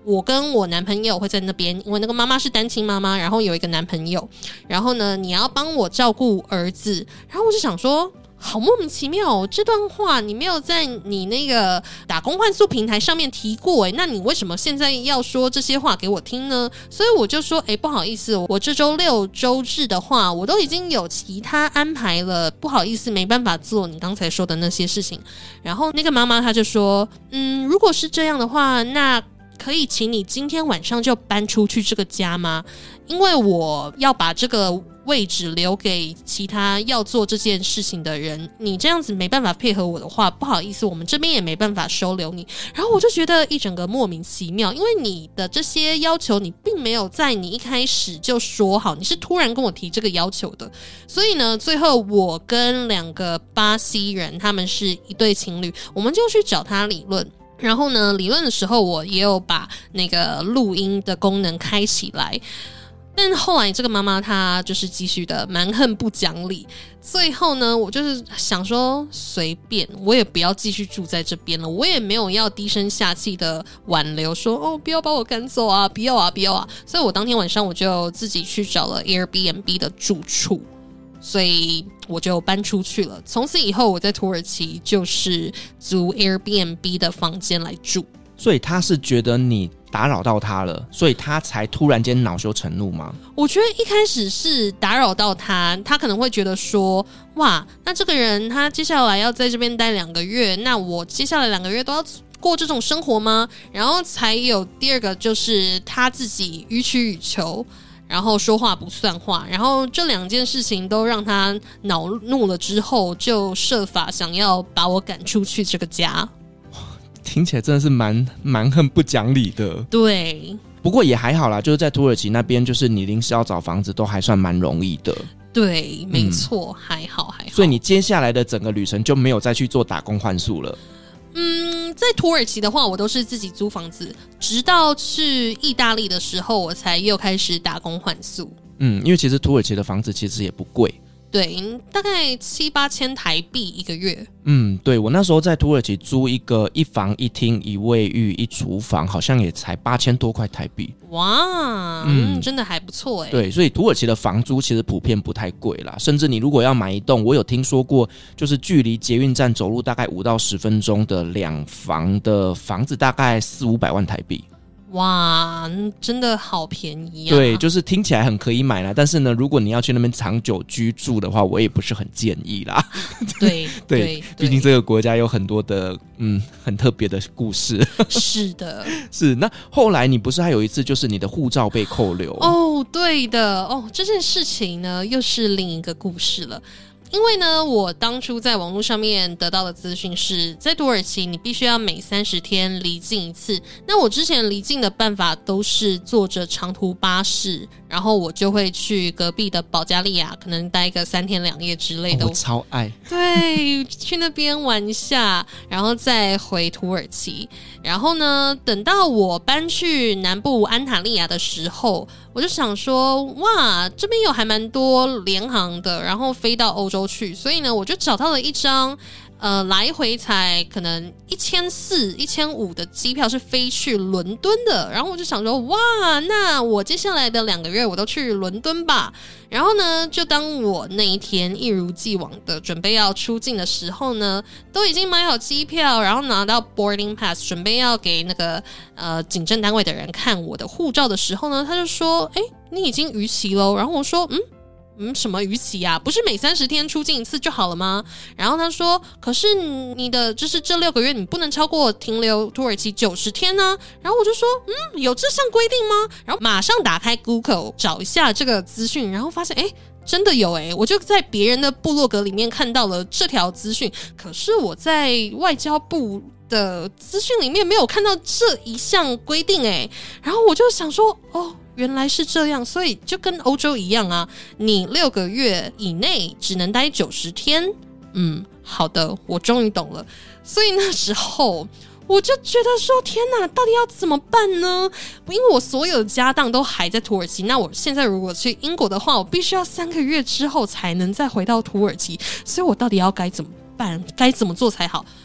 我跟我男朋友会在那边，因为那个妈妈是单亲妈妈，然后有一个男朋友，然后呢你要帮我照顾儿子，然后我就想说好莫名其妙哦，这段话你没有在你那个打工换宿平台上面提过那你为什么现在要说这些话给我听呢？所以我就说不好意思，我这周6周日的话我都已经有其他安排了，不好意思没办法做你刚才说的那些事情。然后那个妈妈她就说如果是这样的话，那可以请你今天晚上就搬出去这个家吗？因为我要把这个位置留给其他要做这件事情的人，你这样子没办法配合我的话，不好意思，我们这边也没办法收留你。然后我就觉得一整个莫名其妙，因为你的这些要求你并没有在你一开始就说好，你是突然跟我提这个要求的。所以呢，最后我跟2个巴西人，他们是一对情侣，我们就去找他理论。然后呢，理论的时候我也有把那个录音的功能开起来，但后来这个妈妈她就是继续的蛮横不讲理。最后呢，我就是想说随便，我也不要继续住在这边了，我也没有要低声下气的挽留说不要把我赶走啊，不要啊不要啊。所以我当天晚上我就自己去找了 Airbnb 的住处，所以我就搬出去了。从此以后我在土耳其就是租 Airbnb 的房间来住。 所以他是觉得你打扰到他了，所以他才突然间恼羞成怒吗？ 我觉得一开始是打扰到他，他可能会觉得说哇，那这个人他接下来要在这边待2个月，那我接下来2个月都要过这种生活吗？然后才有第2个就是他自己予取予求，然后说话不算话，然后这2件事情都让他恼怒了之后，就设法想要把我赶出去这个家。 听起来真的是蛮横不讲理的。 对， 不过也还好啦，就是在土耳其那边，就是你临时要找房子都还算蛮容易的。 对，没错，还好。 所以你接下来的整个旅程就没有再去做打工换宿了？ 在土耳其的话，我都是自己租房子，直到去意大利的时候，我才又开始打工换宿。 因为其实土耳其的房子其实也不贵。 对，大概7-8千台币一个月。 对，我那时候在土耳其租一个1房1厅1卫浴1厨房，好像也才8000多块台币。 哇，真的还不错耶。 对，所以土耳其的房租其实普遍不太贵啦，甚至你如果要买一栋，我有听说过，就是距离捷运站走路大概5到10分钟的2房的房子，大概400-500万台币。 哇，真的好便宜啊！ 对，就是听起来很可以买啦，但是呢，如果你要去那边长久居住的话，我也不是很建议啦。 对对，毕竟这个国家有很多的很特别的故事。 是的， 是。那后来你不是还有一次就是你的护照被扣留？ 对的这件事情呢又是另一个故事了。因为呢，我当初在网络上面得到的资讯是在土耳其你必须要每30天离境一次。那我之前离境的办法都是坐着长途巴士，然后我就会去隔壁的保加利亚可能待个3天2夜之类的。 我超爱。 对，去那边玩一下，然后再回土耳其。然后呢，等到我搬去南部安塔利亚的时候，我就想说哇，这边有还蛮多联航的，然后飞到欧洲去，所以呢我就找到了一张来回才可能1400、1500的机票，是飞去伦敦的。然后我就想说哇，那我接下来的2个月我都去伦敦吧。然后呢，就当我那一天一如既往的准备要出境的时候呢，都已经买好机票，然后拿到 boarding pass， 准备要给那个警政单位的人看我的护照的时候呢，他就说你已经逾期咯。然后我说什么逾期啊？不是每30天出境一次就好了吗？然后他说可是你的就是这6个月你不能超过停留土耳其90天呢。然后我就说有这项规定吗？然后马上打开 Google 找一下这个资讯，然后发现真的有我就在别人的部落格里面看到了这条资讯，可是我在外交部的资讯里面没有看到这一项规定然后我就想说原来是这样，所以就跟欧洲一样啊，你6个月以内只能待90天。好的，我终于懂了。所以那时候我就觉得说天哪，到底要怎么办呢？因为我所有的家当都还在土耳其，那我现在如果去英国的话，我必须要3个月之后才能再回到土耳其，所以我到底要该怎么办，该怎么做才好？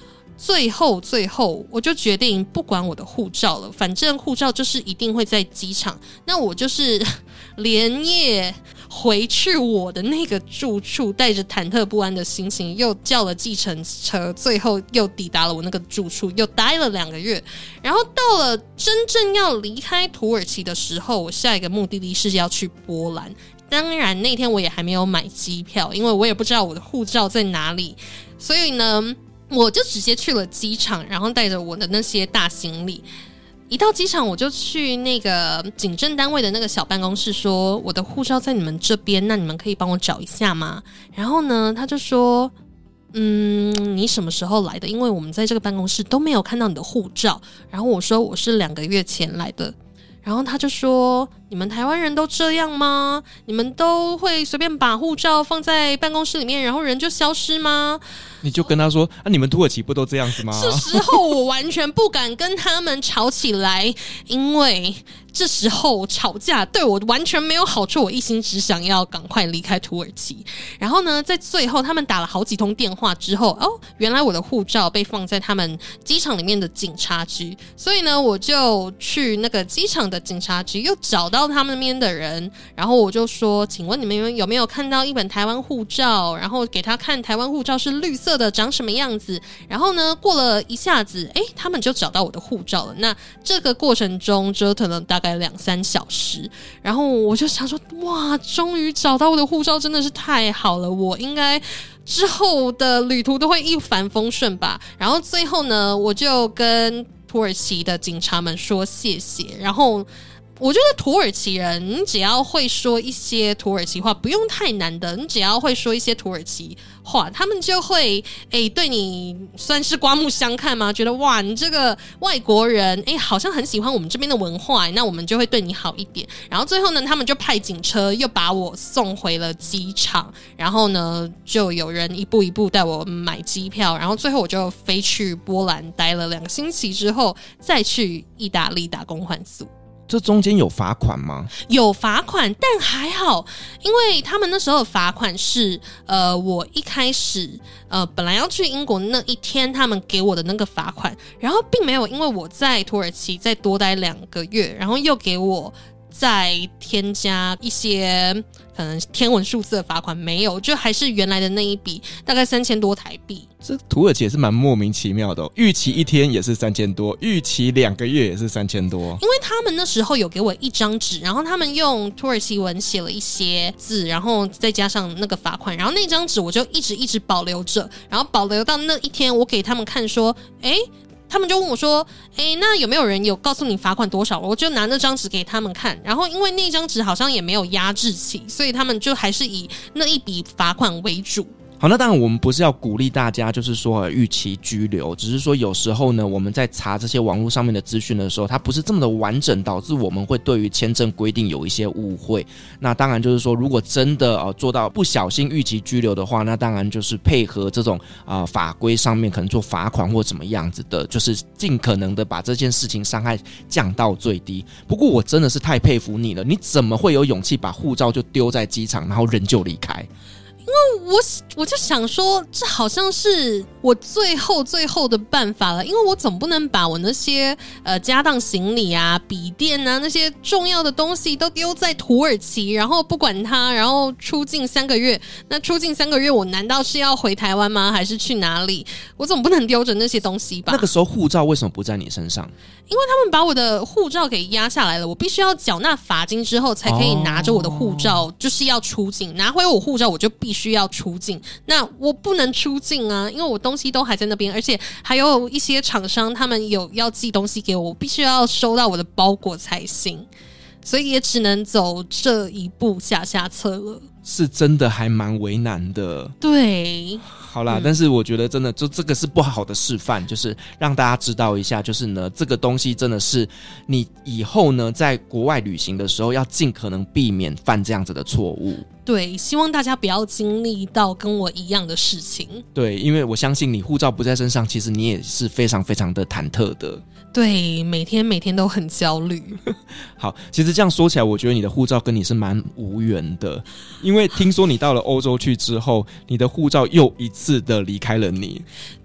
最后我就决定不管我的护照了，反正护照就是一定会在机场，那我就是连夜回去我的那个住处，带着忐忑不安的心情又叫了计程车，最后又抵达了我那个住处，又待了2个月。然后到了真正要离开土耳其的时候，我下一个目的地是要去波兰。当然那天我也还没有买机票，因为我也不知道我的护照在哪里，所以呢我就直接去了机场，然后带着我的那些大行李。一到机场我就去那个警政单位的那个小办公室说，我的护照在你们这边，那你们可以帮我找一下吗？然后呢他就说你什么时候来的？因为我们在这个办公室都没有看到你的护照。然后我说我是2个月前来的。然后他就说，你们台湾人都这样吗？你们都会随便把护照放在办公室里面，然后人就消失吗？ 你就跟他说你们土耳其不都这样子吗？ 这时候我完全不敢跟他们吵起来，因为这时候吵架对我完全没有好处，我一心只想要赶快离开土耳其。然后呢在最后他们打了好几通电话之后，原来我的护照被放在他们机场里面的警察局，所以呢我就去那个机场的警察局又找到他们那边的人，然后我就说，请问你们有没有看到一本台湾护照？然后给他看台湾护照是绿色的，长什么样子。然后呢过了一下子他们就找到我的护照了。那这个过程中折腾了大概2-3小时，然后我就想说，哇，终于找到我的护照，真的是太好了，我应该之后的旅途都会一帆风顺吧。然后最后呢我就跟土耳其的警察们说谢谢。然后我觉得土耳其人，你只要会说一些土耳其话，不用太难的，你只要会说一些土耳其话，他们就会对你算是刮目相看吗？觉得哇，你这个外国人好像很喜欢我们这边的文化，那我们就会对你好一点。然后最后呢他们就派警车又把我送回了机场，然后呢就有人一步一步带我买机票，然后最后我就飞去波兰待了2个星期之后，再去意大利打工换宿。 这中间有罚款吗？ 有罚款，但还好，因为他们那时候的罚款是我一开始本来要去英国那一天他们给我的那个罚款，然后并没有因为我在土耳其再多待2个月，然后又给我再添加一些可能天文数字的罚款，没有，就还是原来的那一笔，大概3000多台币。 这土耳其也是蛮莫名其妙的预期1天也是3000多，预期2个月也是3000多。 因为他们那时候有给我一张纸，然后他们用土耳其文写了一些字，然后再加上那个罚款，然后那张纸我就一直保留着，然后保留到那一天我给他们看说他们就问我说那有没有人有告诉你罚款多少？我就拿那张纸给他们看，然后因为那张纸好像也没有压制期，所以他们就还是以那一笔罚款为主。 好，那当然我们不是要鼓励大家就是说预期居留，只是说有时候呢我们在查这些网络上面的资讯的时候，它不是这么的完整，导致我们会对于签证规定有一些误会。那当然就是说如果真的做到不小心预期居留的话，那当然就是配合这种法规上面可能做罚款或怎么样子的，就是尽可能的把这件事情伤害降到最低。不过我真的是太佩服你了，你怎么会有勇气把护照就丢在机场然后人就离开？ 因为我就想说，这好像是我最后的办法了，因为我总不能把我那些家当行李啊、笔电啊那些重要的东西都丢在土耳其，然后不管它，然后出境3个月。那出境3个月，我难道是要回台湾吗？还是去哪里？我总不能丢着那些东西吧？ 那个时候护照为什么不在你身上？ 因为他们把我的护照给压下来了，我必须要缴纳罚金之后才可以拿着我的护照，就是要出境。拿回我护照，我就必须要出境。那我不能出境啊，因为我东西都还在那边，而且还有一些厂商他们有要寄东西给我，我必须要收到我的包裹才行。所以也只能走这一步下策了。 是真的还蛮为难的。 对， 好啦，但是我觉得真的就这个是不好的示范，就是让大家知道一下，就是呢这个东西真的是你以后呢在国外旅行的时候要尽可能避免犯这样子的错误。 对，希望大家不要经历到跟我一样的事情。 对，因为我相信你护照不在身上，其实你也是非常非常的忐忑的。 对，每天都很焦虑。 好，其实这样说起来，我觉得你的护照跟你是蛮无缘的，因为听说你到了欧洲去之后，你的护照又一次的离开了你。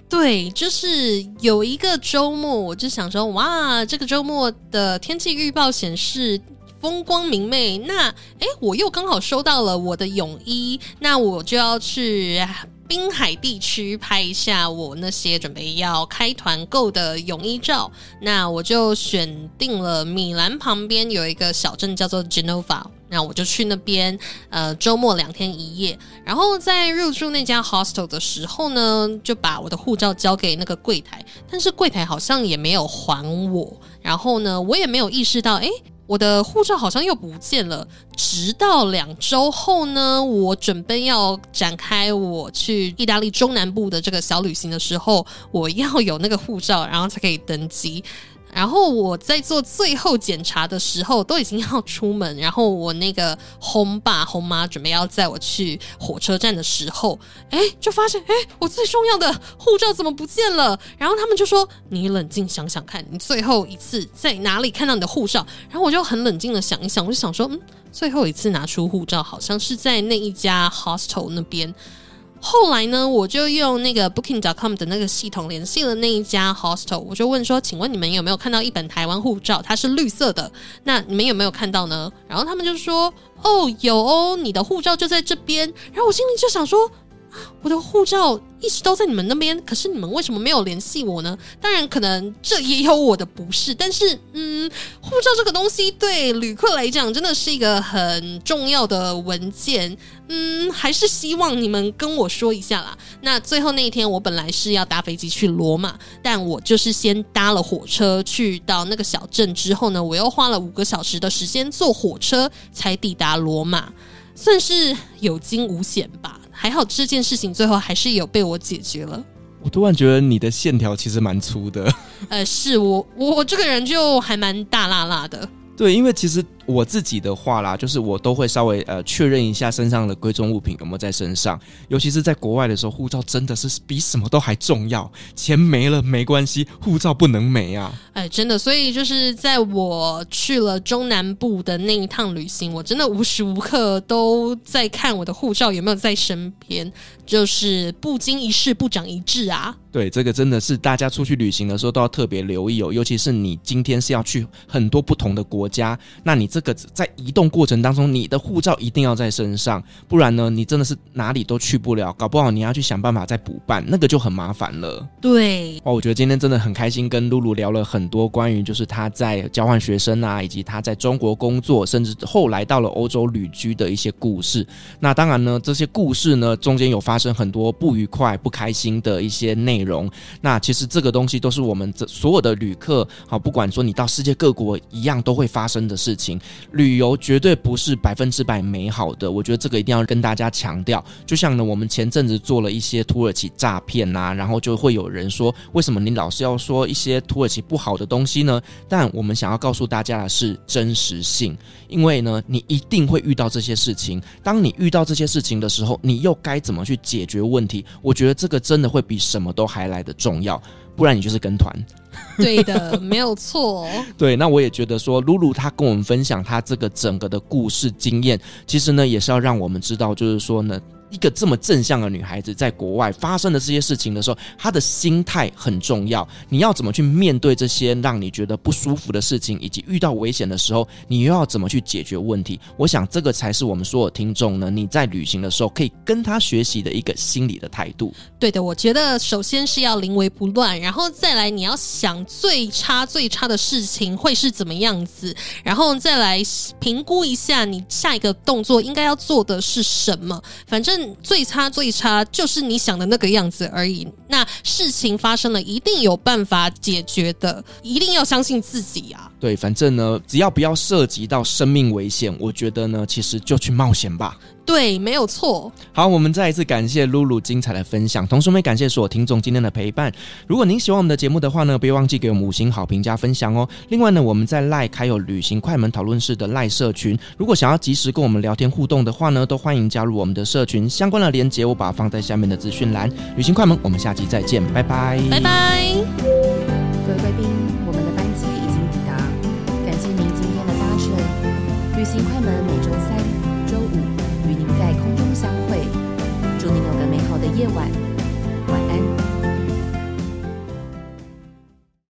对，就是有一个周末，我就想说，哇，这个周末的天气预报显示风光明媚，那我又刚好收到了我的泳衣，那我就要去滨海地区拍一下我那些准备要开团购的泳衣照。那我就选定了米兰旁边有一个小镇叫做 Genova， 那我就去那边周末2天1夜。然后在入住那家 hostel 的时候呢，就把我的护照交给那个柜台，但是柜台好像也没有还我，然后呢我也没有意识到我的护照好像又不见了，直到2周后呢，我准备要展开我去意大利中南部的这个小旅行的时候，我要有那个护照，然后才可以登机。然后我在做最后检查的时候都已经要出门，然后我那个轰爸轰妈准备要载我去火车站的时候，就发现我最重要的护照怎么不见了。然后他们就说，你冷静想想看，你最后一次在哪里看到你的护照。然后我就很冷静的想一想，我就想说最后一次拿出护照好像是在那一家 hostel 那边。后来呢，我就用那个 Booking.com 的那个系统联系了那一家 hostel， 我就问说，请问你们有没有看到一本台湾护照，它是绿色的，那你们有没有看到呢？然后他们就说，有哦，你的护照就在这边。然后我心里就想说，我的护照一直都在你们那边，可是你们为什么没有联系我呢？当然可能这也有我的不是，但是护照这个东西对旅客来讲真的是一个很重要的文件，还是希望你们跟我说一下啦。那最后那一天我本来是要搭飞机去罗马，但我就是先搭了火车去到那个小镇之后呢，我又花了5个小时的时间坐火车才抵达罗马，算是有惊无险吧。还好这件事情最后还是有被我解决了。 我突然觉得你的线条其实蛮粗的。 是我这个人就还蛮大辣辣的。 对，因为其实我自己的话啦，就是我都会稍微确认一下身上的贵重物品有没有在身上，尤其是在国外的时候，护照真的是比什么都还重要。钱没了没关系，护照不能没啊！ 真的，所以就是在我去了中南部的那一趟旅行，我真的无时无刻都在看我的护照有没有在身边，就是不经一事不长一智啊。 对，这个真的是大家出去旅行的时候都要特别留意哦，尤其是你今天是要去很多不同的国家，那你这个在移动过程当中，你的护照一定要在身上，不然呢，你真的是哪里都去不了，搞不好你要去想办法再补办，那个就很麻烦了。 对， 我觉得今天真的很开心，跟露露聊了很多关于就是她在交换学生啊，以及她在中国工作，甚至后来到了欧洲旅居的一些故事。那当然呢，这些故事呢中间有发生很多不愉快、不开心的一些内容。那其实这个东西都是我们所有的旅客，好，不管说你到世界各国一样都会发生的事情。旅游绝对不是100%美好的，我觉得这个一定要跟大家强调。就像呢，我们前阵子做了一些土耳其诈骗啊，然后就会有人说，为什么你老是要说一些土耳其不好的东西呢？但我们想要告诉大家的是真实性，因为呢，你一定会遇到这些事情。当你遇到这些事情的时候，你又该怎么去解决问题？我觉得这个真的会比什么都还来得重要，不然你就是跟团。 对的，没有错。 对，那我也觉得说，露露她跟我们分享她这个整个的故事经验，其实呢，也是要让我们知道，就是说呢，一个这么正向的女孩子在国外发生的这些事情的时候，她的心态很重要。你要怎么去面对这些让你觉得不舒服的事情，以及遇到危险的时候，你又要怎么去解决问题？我想这个才是我们所有听众呢，你在旅行的时候可以跟他学习的一个心理的态度。 对的，我觉得首先是要临危不乱，然后再来你要想最差的事情会是怎么样子，然后再来评估一下你下一个动作应该要做的是什么。反正最差就是你想的那个样子而已，那事情发生了一定有办法解决的，一定要相信自己啊。 对，反正呢，只要不要涉及到生命危险，我觉得呢，其实就去冒险吧。 对，没有错。 好，我们再一次感谢露露精彩的分享，同时我们也感谢所有听众今天的陪伴。如果您喜欢我们的节目的话呢，别忘记给我们5星好评加分享哦。另外呢，我们在 LINE 还有旅行快门讨论室的 LINE 社群，如果想要及时跟我们聊天互动的话呢，都欢迎加入我们的社群，相关的连结我把它放在下面的资讯栏。旅行快门，我们下期再见，拜拜， 拜拜。 各位贵宾，我们的班机已经抵达，感谢您今天的搭乘。旅行快门每周3、周5与您在空中相会，祝您有个美好的夜晚。